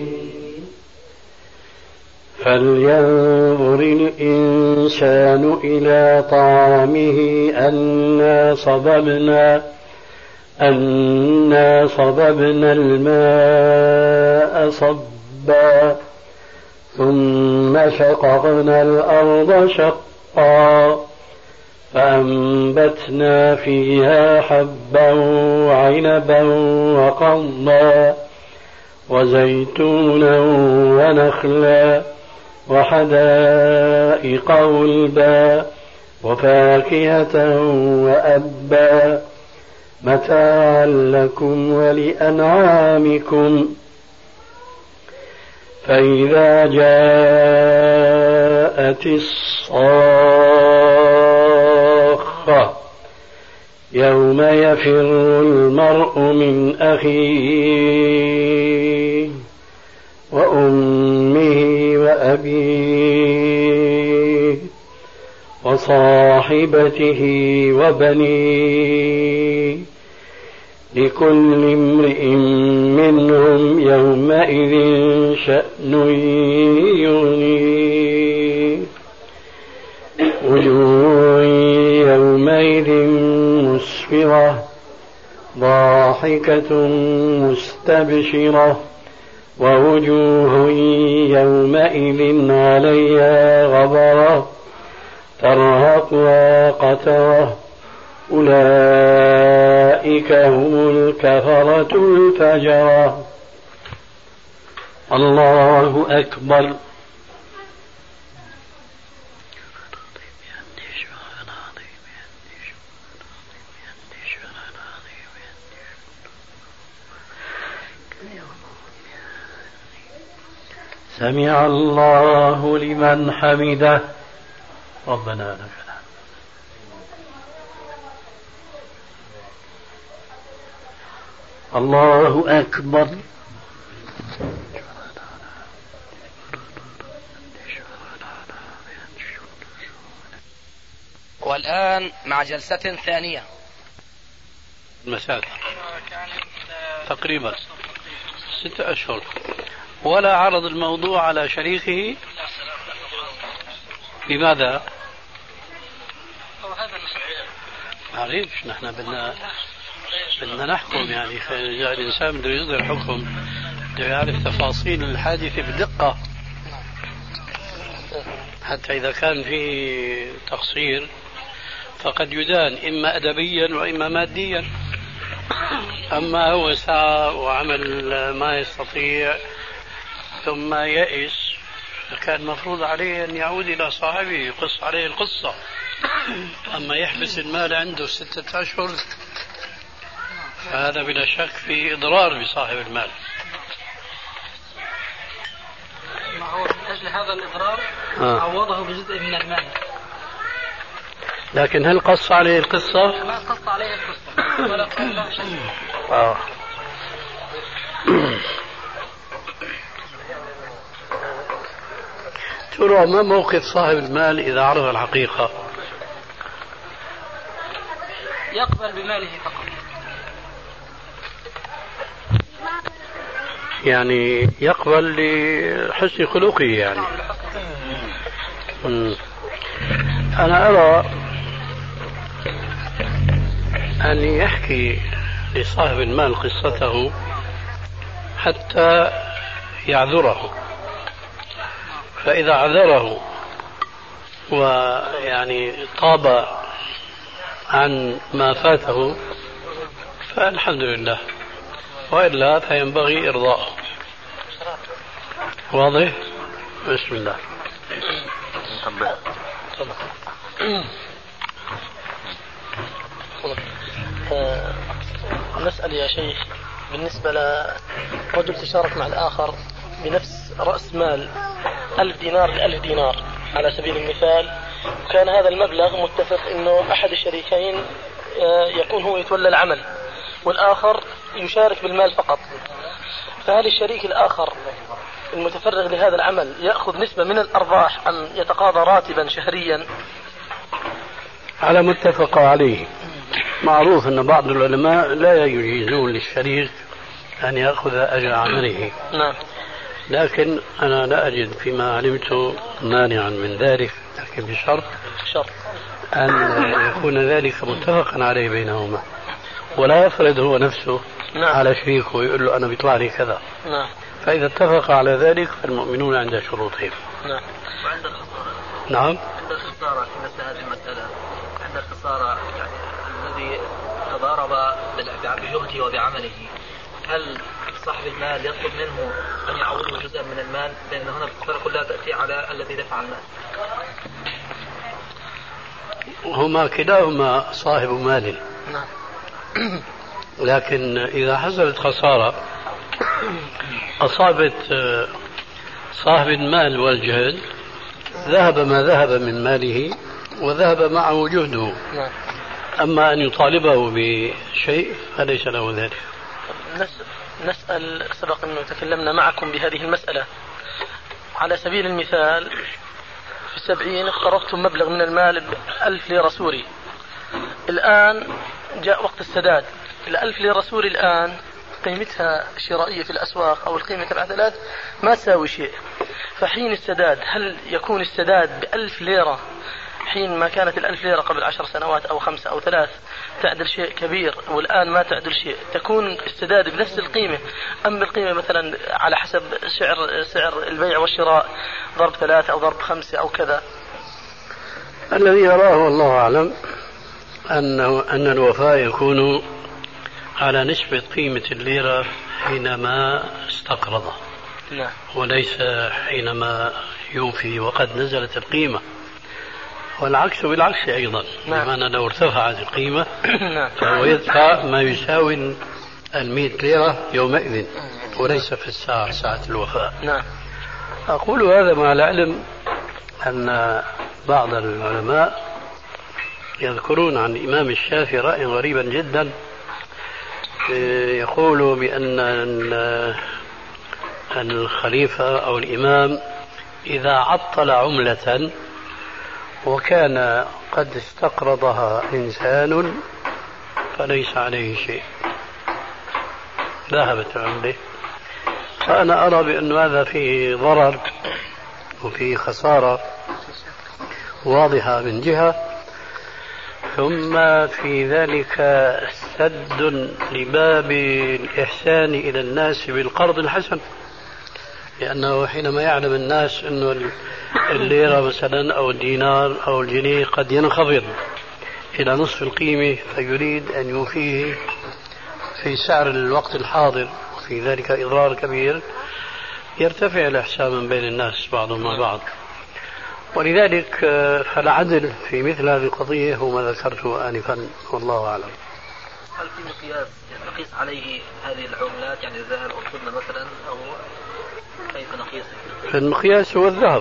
فلينظر الإنسان إلى طعامه أنا صببنا أنا صببنا الماء صبا ثم شققنا الأرض شقا فأنبتنا فيها حبا وعنبا وقضبا وزيتونا ونخلا وحدائق غلبا وفاكهة وأبا متاعا لكم ولأنعامكم. فإذا جاءت الصاخة يوم يفر المرء من أخيه وأمه وأبيه وصاحبته وبنيه لكل امرئ منهم يومئذ شأن يغنيه وجوه يومئذ مسفرة ضاحكة مستبشرة ووجوه يومئذ عليها غبرة ترهقها قترة أولئك هم الكفرة الفجرة. الله أكبر. سمع الله لمن حمده ربنا لك الحمد. الله أكبر. والآن مع جلسة ثانية. مساء تقريبا ستة أشهر ولا عرض الموضوع على شريكه. لماذا؟ معليش نحن بدنا بدنا نحكم، يعني الإنسان بده يصدر حكم بده يعرف تفاصيل الحادثة بدقة حتى إذا كان في تقصير فقد يدان إما أدبيا وإما ماديا. أما هو سعى وعمل ما يستطيع ثم يئس فكان مفروض عليه أن يعود إلى صاحبه يقص عليه القصة. أما يحبس المال عنده ستة أشهر فهذا بلا شك في إضرار بصاحب المال. ما هو من أجل هذا الإضرار آه. عوضه بجزء من المال. لكن هل قص عليه القصة؟ ما قص عليه القصة ولا قال له شيء. آه. ترى ما موقف صاحب المال إذا عرف الحقيقة؟ يقبل بماله فقط. يعني يقبل لحسن خلقه يعني. مم. أنا أرى أن يحكي لصاحب المال قصته حتى يعذره، فإذا عذره ويعني طاب عن ما فاته فالحمد لله، وإلا فينبغي إرضاءه. واضح؟ بسم الله. نسأل يا شيخ بالنسبة لرجل تشارك مع الآخر بنفس رأس مال ألف دينار لألف دينار على سبيل المثال، وكان هذا المبلغ متفق أنه أحد الشريكين يكون هو يتولى العمل والآخر يشارك بالمال فقط، فهل الشريك الآخر المتفرغ لهذا العمل يأخذ نسبة من الأرباح أم يتقاضى راتبا شهريا؟ على متفق عليه. معروف أن بعض العلماء لا يجيزون للشريك أن يأخذ أجر عمله. نعم. لكن أنا لا أجد فيما علمت مانعا من ذلك، لكن بشرط شرط أن يكون ذلك متفقا عليه بينهما، ولا يفرض هو نفسه نعم. على شريكه ويقول له أنا بيطلع لي كذا. نعم. فإذا اتفق على ذلك فالمؤمنون عند شروطهم. نعم. وعند الخسارة. نعم. عند الخسارة في مثل هذه المسألة، عند الخسارة يعني الذي تضارب بجهده وبعمله، هل صاحب المال يطلب منه أن يعوضه جزءا من المال؟ لأن هنا الخسارة كلها تأتي على الذي دفع المال. هما كلاهما صاحب مال. نعم. لكن إذا حصلت خسارة أصابت صاحب المال والجهد، ذهب ما ذهب من ماله وذهب معه جهده. نعم. أما أن يطالبه بشيء فليس له ذلك. نسأل، سبق أنه تكلمنا معكم بهذه المسألة. على سبيل المثال في السبعين اقترضتم مبلغ من المال بألف ليرة سوري، الآن جاء وقت السداد. الألف ليرة سوري الآن قيمتها الشرائية في الأسواق أو القيمة العدلات ما تساوي شيء، فحين السداد هل يكون السداد بألف ليرة حين ما كانت الألف ليرة قبل عشر سنوات أو خمسة أو ثلاث تعدل شيء كبير والآن ما تعدل شيء، تكون السداد بنفس القيمة أم بالقيمة مثلا على حسب سعر سعر البيع والشراء ضرب ثلاثة أو ضرب خمسة أو كذا؟ الذي يراه والله أعلم أنه أن الوفاء يكون على نسبة قيمة الليرة حينما استقرضه. نعم. وليس حينما يوفي وقد نزلت القيمة، والعكس بالعكس أيضا. نعم. بمعنى لو ارتفعت القيمة فهو يدفع ما يساوي المئة ليرة يومئذ وليس في الساعة ساعة الوفاء. نعم. أقول هذا مع العلم أن بعض العلماء يذكرون عن الإمام الشافعي رأيا غريبا جدا، يقول بأن أن الخليفة أو الإمام إذا عطل عملة وكان قد استقرضها إنسان فليس عليه شيء، ذهبت العملة. فأنا أرى بأن هذا فيه ضرر وفيه خسارة واضحة من جهة، ثم في ذلك سد لباب الإحسان إلى الناس بالقرض الحسن، لأنه حينما يعلم الناس أن الليرة مثلا أو الدينار أو الجنيه قد ينخفض إلى نصف القيمة فيريد أن يوفيه في سعر الوقت الحاضر، وفي ذلك إضرار كبير، يرتفع الإحسان من بين الناس بعضهم مع بعض. ولذلك فالعدل في مثل هذه القضية هو ما ذكرته آنفا، والله أعلم. هل في مقياس نقيس عليه هذه العملات، يعني الذهب أو الفضة مثلا، أو كيف نقيسه؟ المقياس هو الذهب،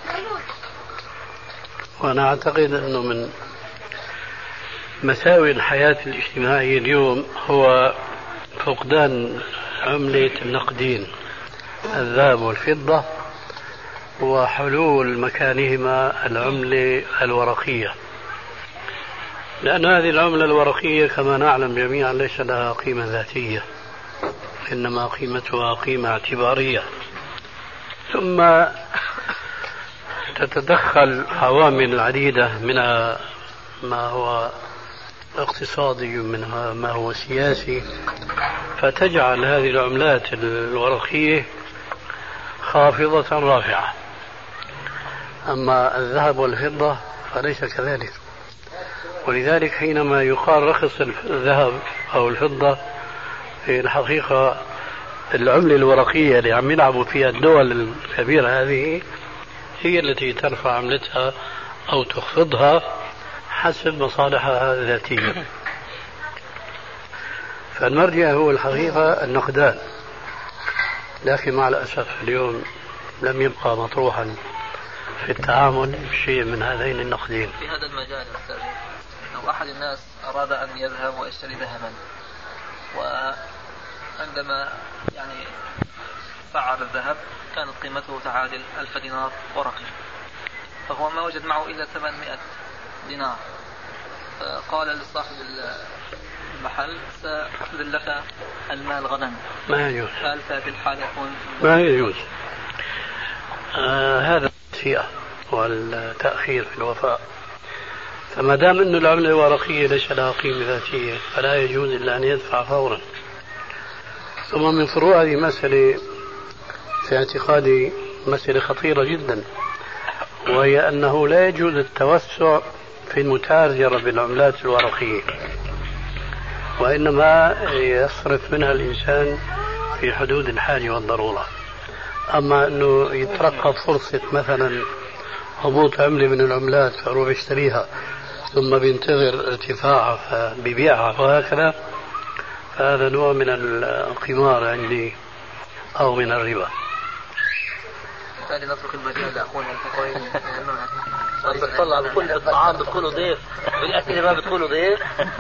وأنا أعتقد أنه من مساوئ الحياة الاجتماعية اليوم هو فقدان عملة النقدين الذهب والفضة وحلول مكانهما العملة الورقية، لأن هذه العملة الورقية كما نعلم جميعا ليس لها قيمة ذاتية، إنما قيمتها قيمة اعتبارية. ثم تتدخل عوامل عديدة منها ما هو اقتصادي ومنها ما هو سياسي، فتجعل هذه العملات الورقية خافضة رافعة. أما الذهب والفضة فليس كذلك، ولذلك حينما يقال رخص الذهب أو الفضة في الحقيقة العملة الورقية اللي عم يلعبوا فيها الدول الكبيرة هذه هي التي ترفع عملتها أو تخفضها حسب مصالحها الذاتية. فالمرجع هو الحقيقة النقدان، لكن مع الأسف اليوم لم يبقى مطروحا في التعامل بشيء من هذين النقدين. في هذا المجال أستاذ، لو أحد الناس أراد أن يذهب ويشتري ذهبا، وعندما يعني سعر الذهب كانت قيمته تعادل ألف دينار ورقي، فهو ما وجد معه إلا ثمانمائة دينار، فقال لصاحب المحل سأخذ لك المال غدا. ما يجوز. هل في هذه الحالة يكون ما يجوز. آه هذا السيئة والتأخير في الوفاء. فما دام أن العملة الورقية ليس لها قيمة ذاتية فلا يجوز إلا أن يدفع فورا. ثم من فروع هذه مسألة في اعتقادي مسألة خطيرة جدا، وهي أنه لا يجوز التوسع في المتاجرة بالعملات الورقية، وإنما يصرف منها الإنسان في حدود الحاجة والضرورة. أما أنه يترقب فرصة مثلا هبوط عملة من العملات فيروح يشتريها ثم بينتظر ارتفاعها فبيبيعها وهكذا، فهذا نوع من القمار عندي أو من الربا. بالتالي نترك المجال لأخونا الفقهاء. بتطلع بكل الطعام بتكونوا ضيف، بالأكل ما بتكونوا ضيف.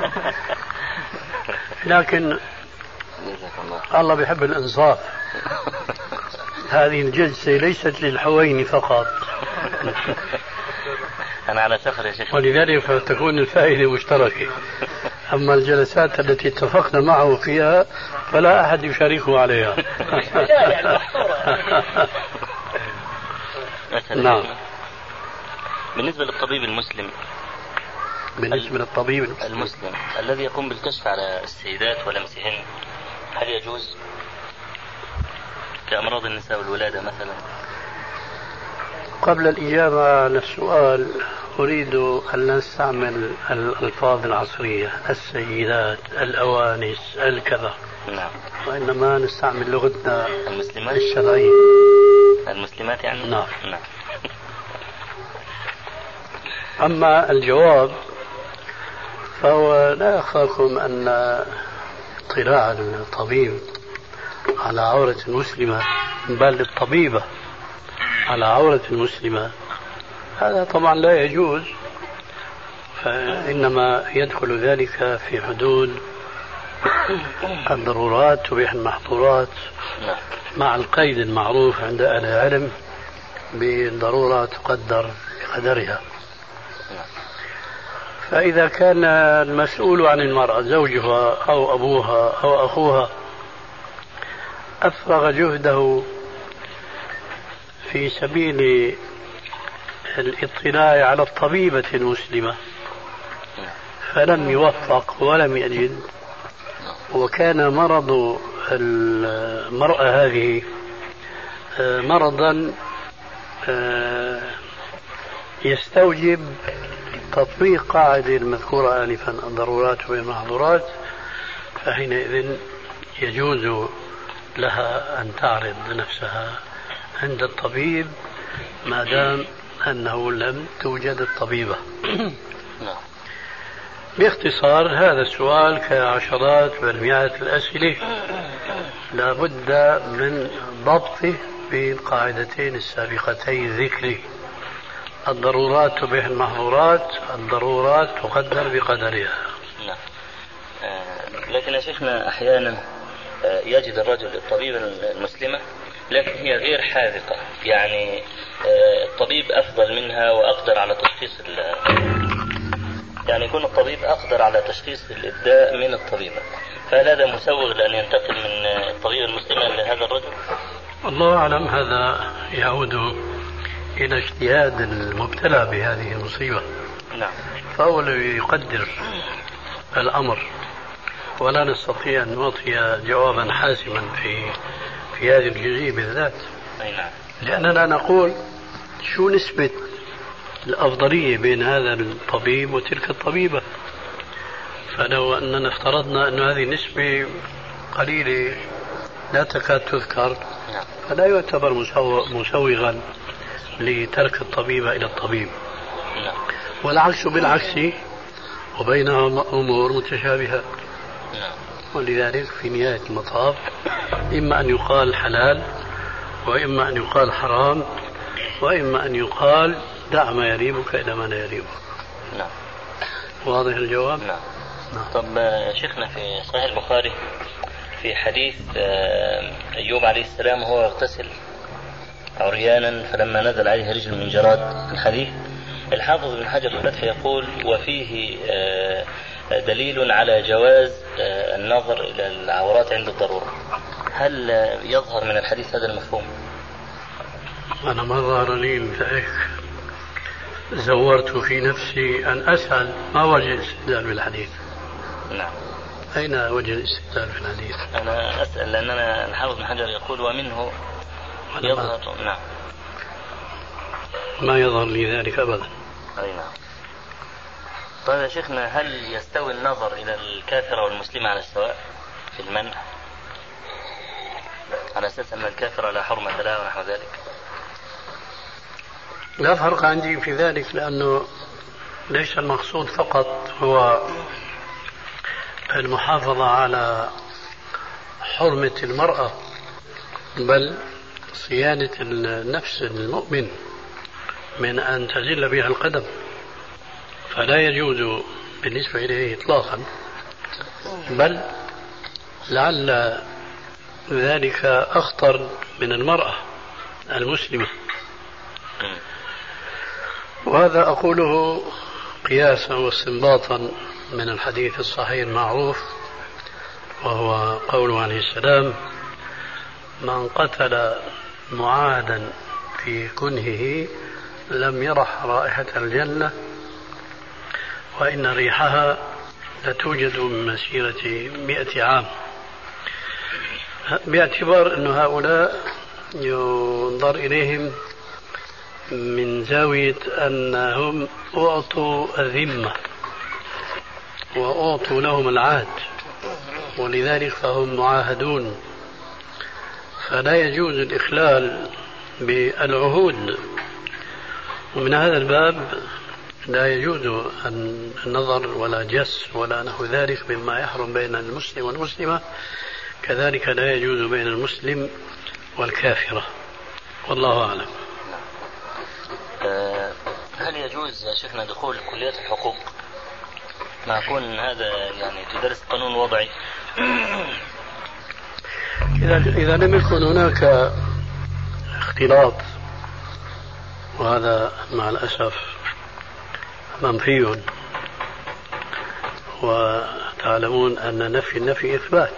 لكن الله بيحب الإنصاف. هذه الجلسة ليست للحوين فقط. أنا على سفر يا شيخ، ولذلك فتكون الفائدة مشتركة. أما الجلسات التي اتفقنا معه فيها فلا أحد يشاركه عليها. نعم. بالنسبة للطبيب المسلم، بالنسبة للطبيب المسلم, المسلم الذي يقوم بالكشف على السيدات ولمسهن، هل يجوز كأمراض النساء والولادة مثلا؟ قبل الإجابة على السؤال أريد أن نستعمل الألفاظ العصرية، السيدات، الأوانس، الكذا. نعم. وإنما نستعمل لغتنا المسلمات الشرعية. المسلمات يعني. نعم. نعم. أما الجواب فهو لا يخفاكم أن اطلاع الطبيب على عورة المسلمة، بل الطبيبة على عورة المسلمة، هذا طبعا لا يجوز، فإنما يدخل ذلك في حدود الضرورات تبيح المحظورات، مع القيد المعروف عند أهل العلم بالضرورة تقدر بقدرها. فإذا كان المسؤول عن المرأة زوجها أو أبوها أو أخوها أفرغ جهده في سبيل الاطلاع على الطبيبة المسلمة فلم يوفق ولم يجد، وكان مرض المرأة هذه مرضا يستوجب تطبيق قاعدة المذكورة آنفا الضرورات والمحظورات، فحينئذ يجوز لها أن تعرض نفسها عند الطبيب ما دام أنه لم توجد الطبيبة. باختصار هذا السؤال كعشرات بل مئات الأسئلة لا بد من ضبطه بالقاعدتين السابقتين ذكره: الضرورات تبيح المحظورات، الضرورات تقدر بقدرها. نعم. آه لكن يا شيخنا أحيانا آه يجد الرجل الطبيب المسلمة لكن هي غير حاذقة، يعني آه الطبيب أفضل منها وأقدر على تشخيص يعني يكون الطبيب أقدر على تشخيص الإبداء من الطبيبة، فهل هذا مسوغ لأن ينتقل من الطبيب المسلمة لهذا الرجل؟ الله أعلم، هذا يعود إلى اجتهاد المبتلى بهذه المصيبة. نعم. فهو يقدر الأمر، ولا نستطيع أن نعطي جوابا حاسما في في هذه الجزئية بالذات. أي نعم. لأننا نقول شو نسبة الأفضلية بين هذا الطبيب وتلك الطبيبة، فلو أننا افترضنا أن هذه النسبة قليلة لا تكاد تذكر فلا يعتبر مسوغا لترك الطبيبة إلى الطبيب، والعكس بالعكس، وبينهما أمور متشابهة. ولذلك في نهاية المطاف إما أن يقال حلال وإما أن يقال حرام، وإما أن يقال دع ما يريبك إلى ما لا يريبك. نعم. واضح الجواب؟ نعم. نعم. طب شيخنا في صحيح البخاري في حديث أيوب عليه السلام وهو يغتسل عريانا فلما نزل عليه رجل من جراد الحديث، الحافظ بن حجر الفتح يقول وفيه دليل على جواز النظر إلى العورات عند الضرورة. هل يظهر من الحديث هذا المفهوم؟ أنا ما ظهر لي لذلك، زورت في نفسي أن أسأل ما وجه الاستدلال بالحديث. نعم. أين وجه الاستدلال بالحديث؟ أنا أسأل لأن أنا الحافظ بن حجر يقول ومنه يظهر. نعم. ما يظهر لي ذلك أبدا. أي نعم. طيب يا شيخنا، هل يستوي النظر إلى الكافر والمسلم على السواء في المنع على أساس أن الكافر لا حرمة له ونحو ذلك؟ لا فرق عندي في ذلك، لأنه ليس المقصود فقط هو المحافظة على حرمة المرأة، بل صيانة النفس المؤمن من أن تزل بها القدم، فلا يجوز بالنسبة إليه إطلاقا، بل لعل ذلك أخطر من المرأة المسلمة. وهذا أقوله قياسا واستنباطا من الحديث الصحيح المعروف، وهو قوله عليه السلام من قتل معاهدا في كنهه لم يرح رائحة الجنة وإن ريحها لتوجد من مسيرة مئة عام، باعتبار أن هؤلاء ينظر إليهم من زاوية أنهم أعطوا الذمة وأعطوا لهم العهد، ولذلك فهم معاهدون، فلا يجوز الإخلال بالعهود. ومن هذا الباب لا يجوز النظر ولا جس ولا نحو ذلك مما يحرم بين المسلم والمسلمة، كذلك لا يجوز بين المسلم والكافرة، والله أعلم. هل يجوز يا شيخنا دخول كليات الحقوق مع كون هذا يعني تدرس قانون وضعي؟ إذا إذا لم يكن هناك اختلاط، وهذا مع الأسف منفي، وتعلمون أن نفي النفي إثبات،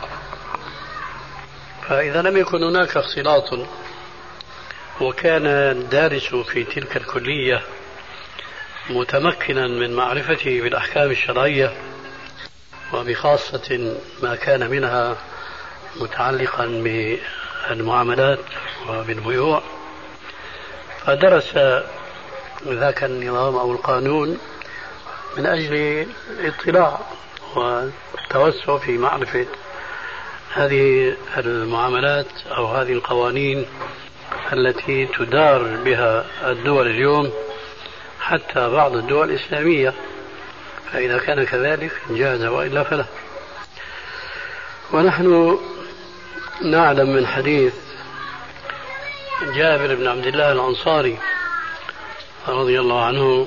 فإذا لم يكن هناك اختلاط وكان الدارس في تلك الكلية متمكنا من معرفته بالأحكام الشرعية وبخاصة ما كان منها متعلقا بالمعاملات وبالبيوع، فدرس ذاك النظام أو القانون من أجل الاطلاع والتوسع في معرفة هذه المعاملات أو هذه القوانين التي تدار بها الدول اليوم، حتى بعض الدول الإسلامية، فإذا كان كذلك جاز وإلا فلا. ونحن نعلم من حديث جابر بن عبد الله الأنصاري رضي الله عنه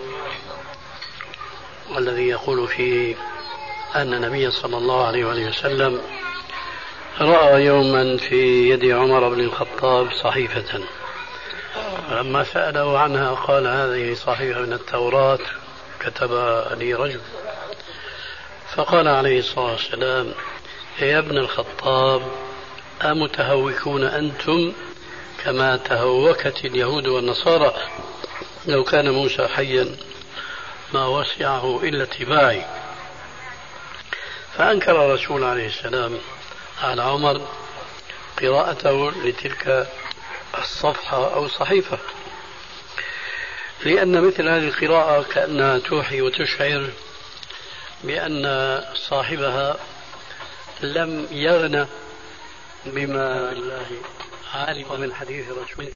والذي يقول فيه أن النبي صلى الله عليه وسلم رأى يوما في يد عمر بن الخطاب صحيفة، فلما سأله عنها قال هذه صحيفة من التوراة كتبها لي رجل، فقال عليه الصلاة والسلام يا ابن الخطاب أمتهوكون أنتم كما تهوكت اليهود والنصارى، لو كان موسى حيا ما وسعه إلا اتباعي. فأنكر الرسول عليه السلام على عمر قراءته لتلك الصفحة أو الصحيفة، لأن مثل هذه القراءة كأنها توحي وتشعر بأن صاحبها لم يغنى بما الله عالم من حديث رسول